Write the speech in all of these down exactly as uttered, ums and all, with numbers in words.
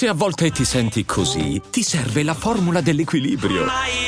Se a volte ti senti così, ti serve la formula dell'equilibrio.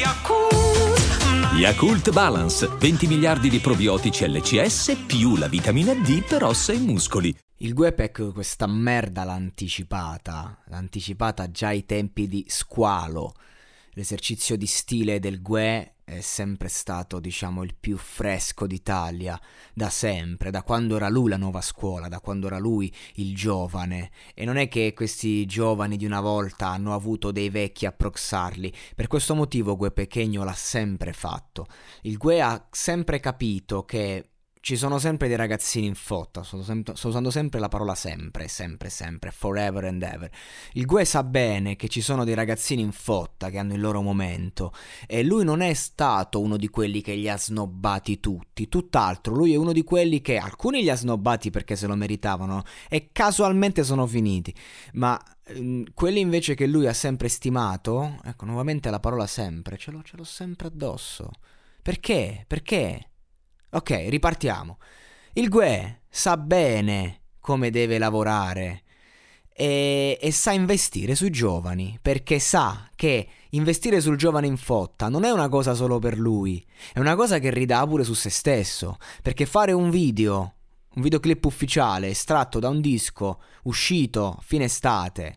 Yakult Balance, venti miliardi di probiotici L C S più la vitamina D per ossa e muscoli. Il Guepec questa merda l'ha anticipata, l'ha anticipata già ai tempi di Squalo. L'esercizio di stile del Gue è sempre stato, diciamo, il più fresco d'Italia, da sempre, da quando era lui la nuova scuola, da quando era lui il giovane. E non è che questi giovani di una volta hanno avuto dei vecchi a proxarli, per questo motivo Gue Pequeno l'ha sempre fatto. Il Gue ha sempre capito che ci sono sempre dei ragazzini in fotta, sto, sempre, sto usando sempre la parola sempre, sempre, sempre, forever and ever. Il Gue sa bene che ci sono dei ragazzini in fotta che hanno il loro momento e lui non è stato uno di quelli che li ha snobbati tutti, tutt'altro, lui è uno di quelli che alcuni li ha snobbati perché se lo meritavano e casualmente sono finiti, ma ehm, quelli invece che lui ha sempre stimato, ecco nuovamente la parola sempre, ce l'ho, ce l'ho sempre addosso. Perché? Perché? Ok, ripartiamo. Il Gue sa bene come deve lavorare e, e sa investire sui giovani, perché sa che investire sul giovane in fotta non è una cosa solo per lui, è una cosa che ridà pure su se stesso, perché fare un video, un videoclip ufficiale estratto da un disco uscito fine estate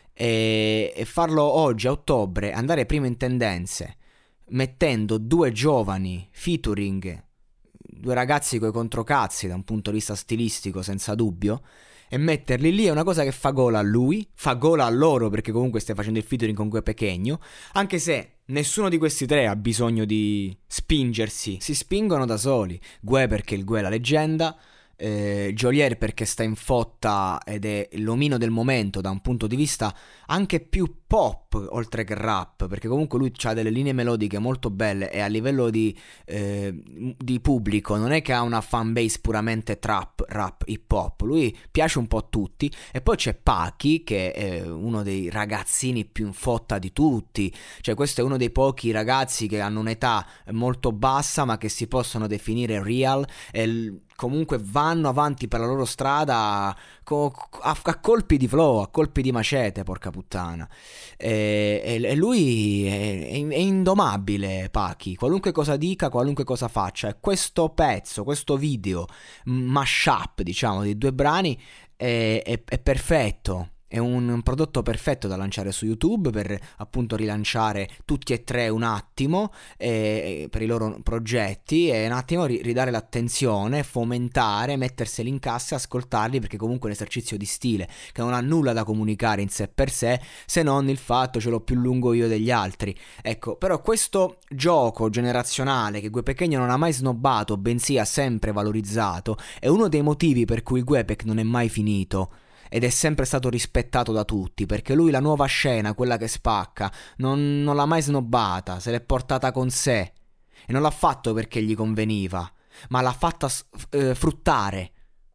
e, e farlo oggi a ottobre, andare prima in tendenze, mettendo due giovani featuring, due ragazzi coi controcazzi da un punto di vista stilistico senza dubbio, e metterli lì è una cosa che fa gola a lui, fa gola a loro perché comunque stai facendo il featuring con Gue Pequeno, anche se nessuno di questi tre ha bisogno di spingersi, si spingono da soli. Gue perché il Gue è la leggenda, eh, Geolier perché sta in fotta ed è l'omino del momento da un punto di vista anche più pop oltre che rap, perché comunque lui ha delle linee melodiche molto belle e a livello di, eh, di pubblico non è che ha una fanbase puramente trap, rap, hip hop, lui piace un po' a tutti. E poi c'è Pachi che è uno dei ragazzini più in fotta di tutti, cioè questo è uno dei pochi ragazzi che hanno un'età molto bassa ma che si possono definire real e comunque vanno avanti per la loro strada a, a, a colpi di flow, a colpi di macete, porca puttana. E, e, e lui è, è indomabile, Pachi, qualunque cosa dica, qualunque cosa faccia. E questo pezzo, questo video mashup, diciamo, di due brani è, è, è perfetto. È un, un prodotto perfetto da lanciare su YouTube per appunto rilanciare tutti e tre un attimo eh, per i loro progetti e un attimo ri- ridare l'attenzione, fomentare, metterseli in cassa e ascoltarli, perché comunque è un esercizio di stile che non ha nulla da comunicare in sé per sé se non il fatto ce l'ho più lungo io degli altri. Ecco, però questo gioco generazionale che Gue Pequeno non ha mai snobbato bensì ha sempre valorizzato è uno dei motivi per cui il Guepec non è mai finito ed è sempre stato rispettato da tutti, perché lui la nuova scena, quella che spacca, non, non l'ha mai snobbata, se l'è portata con sé e non l'ha fatto perché gli conveniva, ma l'ha fatta eh, fruttare.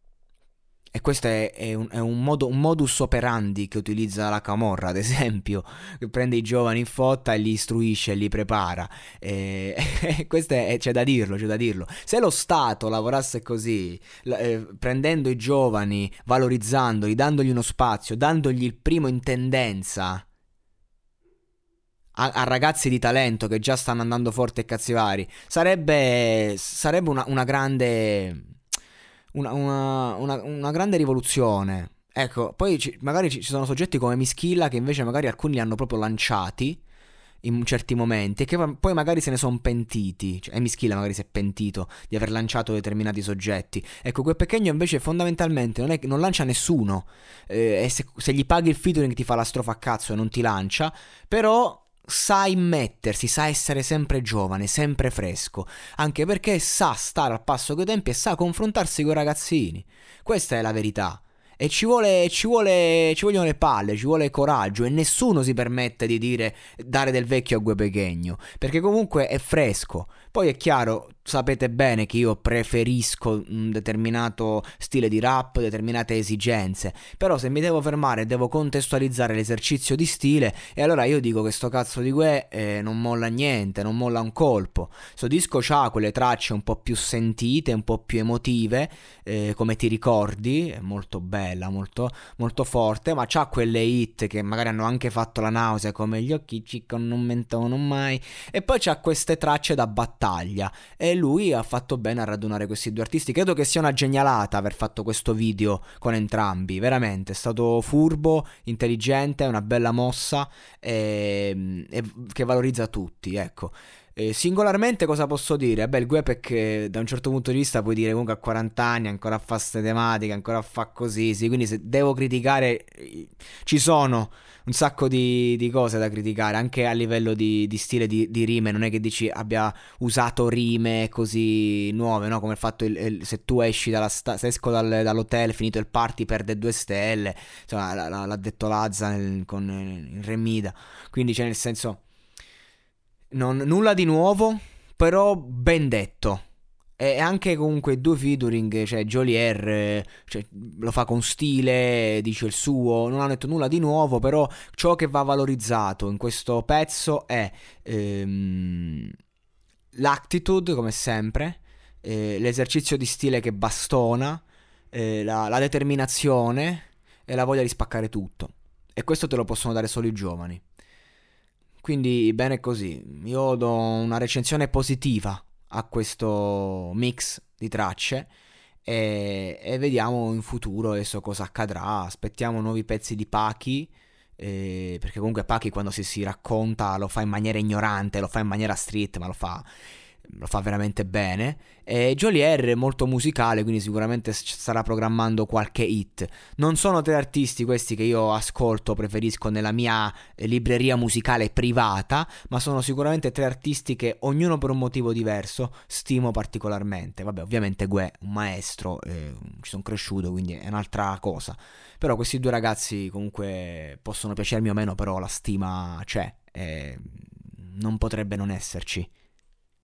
E questo è, è, un, è un, modo, un modus operandi che utilizza la camorra, ad esempio, che prende i giovani in fotta e li istruisce e li prepara. E, e questo è, c'è da dirlo, c'è da dirlo. Se lo Stato lavorasse così, eh, prendendo i giovani, valorizzandoli, dandogli uno spazio, dandogli il primo in tendenza a, a ragazzi di talento che già stanno andando forte e cazzivari, sarebbe, sarebbe una, una grande... Una, una, una, una grande rivoluzione. Ecco, poi ci, magari ci, ci sono soggetti come Mischilla che invece magari alcuni li hanno proprio lanciati in certi momenti e che poi magari se ne sono pentiti, cioè Mischilla magari si è pentito di aver lanciato determinati soggetti. Ecco, Gue Pequeno invece fondamentalmente non, è, non lancia nessuno eh, e se, se gli paghi il featuring ti fa la strofa a cazzo e non ti lancia, però sa immettersi, sa essere sempre giovane, sempre fresco, anche perché sa stare al passo coi tempi e sa confrontarsi con i ragazzini. Questa è la verità. E ci vuole, ci vuole, ci vogliono le palle, ci vuole coraggio e nessuno si permette di dire dare del vecchio a Gue Pequeno, perché comunque è fresco. Poi è chiaro, sapete bene che io preferisco un determinato stile di rap, determinate esigenze, però se mi devo fermare e devo contestualizzare l'esercizio di stile, e allora io dico che sto cazzo di Guè eh, non molla niente, non molla un colpo. Sto disco c'ha quelle tracce un po' più sentite, un po' più emotive, eh, come Ti ricordi, è molto bella, molto, molto forte, ma c'ha quelle hit che magari hanno anche fatto la nausea, come Gli occhi cicco non mentono mai, e poi c'ha queste tracce da battaglia, e lui ha fatto bene a radunare questi due artisti. Credo che sia una genialata aver fatto questo video con entrambi, veramente è stato furbo, intelligente, una bella mossa, e, e che valorizza tutti, ecco. E singolarmente cosa posso dire? Beh, il Guè, perché da un certo punto di vista puoi dire comunque a quaranta anni ancora fa ste tematiche, ancora fa così, sì, quindi se devo criticare ci sono un sacco di, di cose da criticare, anche a livello di, di stile di, di rime. Non è che dici abbia usato rime così nuove, no? Come il fatto il, il, se tu esci dalla sta- se esco dal, dall'hotel, finito il party, perde due stelle, insomma l- l- l'ha detto Lazza nel, con il Remida, quindi c'è, nel senso, non, nulla di nuovo, però ben detto. E anche comunque due featuring, cioè Jolier, eh, cioè, lo fa con stile, dice il suo, non hanno detto nulla di nuovo, però ciò che va valorizzato in questo pezzo è ehm, l'attitude, come sempre, eh, l'esercizio di stile che bastona, eh, la, la determinazione e la voglia di spaccare tutto. E questo te lo possono dare solo i giovani. Quindi bene così, io do una recensione positiva a questo mix di tracce, e, e vediamo in futuro adesso cosa accadrà. Aspettiamo nuovi pezzi di Pachi, eh, perché comunque Pachi quando si, si racconta lo fa in maniera ignorante, lo fa in maniera street, ma lo fa, lo fa veramente bene. E Jolier è molto musicale, quindi sicuramente starà programmando qualche hit. Non sono tre artisti questi che io ascolto, preferisco nella mia libreria musicale privata, ma sono sicuramente tre artisti che, ognuno per un motivo diverso, stimo particolarmente. Vabbè, ovviamente Guè, un maestro, eh, ci sono cresciuto, quindi è un'altra cosa. Però questi due ragazzi comunque possono piacermi o meno, però la stima c'è, e non potrebbe non esserci.